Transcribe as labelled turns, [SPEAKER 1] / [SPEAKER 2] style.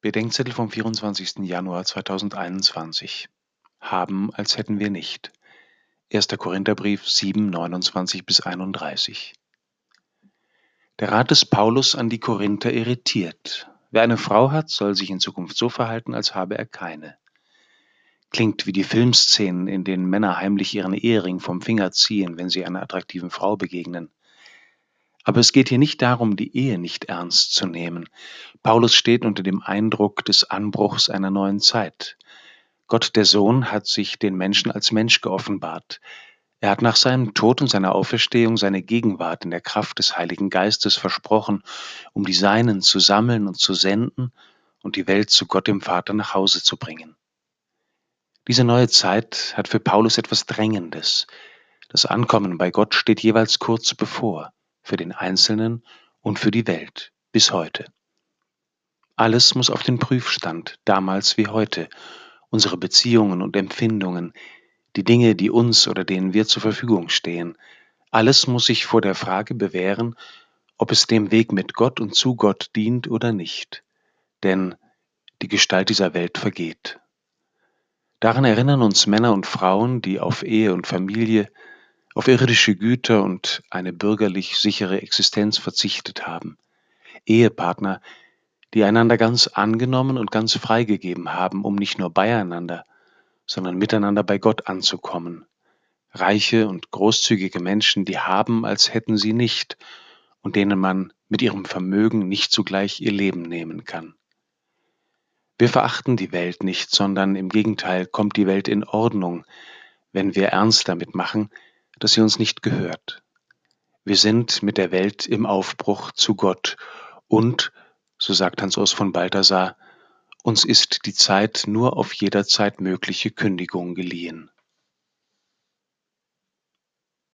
[SPEAKER 1] Bedenkzettel vom 24. Januar 2021. Haben, als hätten wir nicht. 1. Korintherbrief 7, 29 bis 31. Der Rat des Paulus an die Korinther irritiert. Wer eine Frau hat, soll sich in Zukunft so verhalten, als habe er keine. Klingt wie die Filmszenen, in denen Männer heimlich ihren Ehering vom Finger ziehen, wenn sie einer attraktiven Frau begegnen. Aber es geht hier nicht darum, die Ehe nicht ernst zu nehmen. Paulus steht unter dem Eindruck des Anbruchs einer neuen Zeit. Gott, der Sohn, hat sich den Menschen als Mensch geoffenbart. Er hat nach seinem Tod und seiner Auferstehung seine Gegenwart in der Kraft des Heiligen Geistes versprochen, um die Seinen zu sammeln und zu senden und die Welt zu Gott dem Vater nach Hause zu bringen. Diese neue Zeit hat für Paulus etwas Drängendes. Das Ankommen bei Gott steht jeweils kurz bevor, für den Einzelnen und für die Welt, bis heute. Alles muss auf den Prüfstand, damals wie heute. Unsere Beziehungen und Empfindungen, die Dinge, die uns oder denen wir zur Verfügung stehen. Alles muss sich vor der Frage bewähren, ob es dem Weg mit Gott und zu Gott dient oder nicht. Denn die Gestalt dieser Welt vergeht. Daran erinnern uns Männer und Frauen, die auf Ehe und Familie, auf irdische Güter und eine bürgerlich sichere Existenz verzichtet haben. Ehepartner, die einander ganz angenommen und ganz freigegeben haben, um nicht nur beieinander, sondern miteinander bei Gott anzukommen. Reiche und großzügige Menschen, die haben, als hätten sie nicht, und denen man mit ihrem Vermögen nicht zugleich ihr Leben nehmen kann. Wir verachten die Welt nicht, sondern im Gegenteil kommt die Welt in Ordnung, wenn wir ernst damit machen, dass sie uns nicht gehört. Wir sind mit der Welt im Aufbruch zu Gott und, so sagt Hans Urs von Balthasar, uns ist die Zeit nur auf jederzeit mögliche Kündigung geliehen.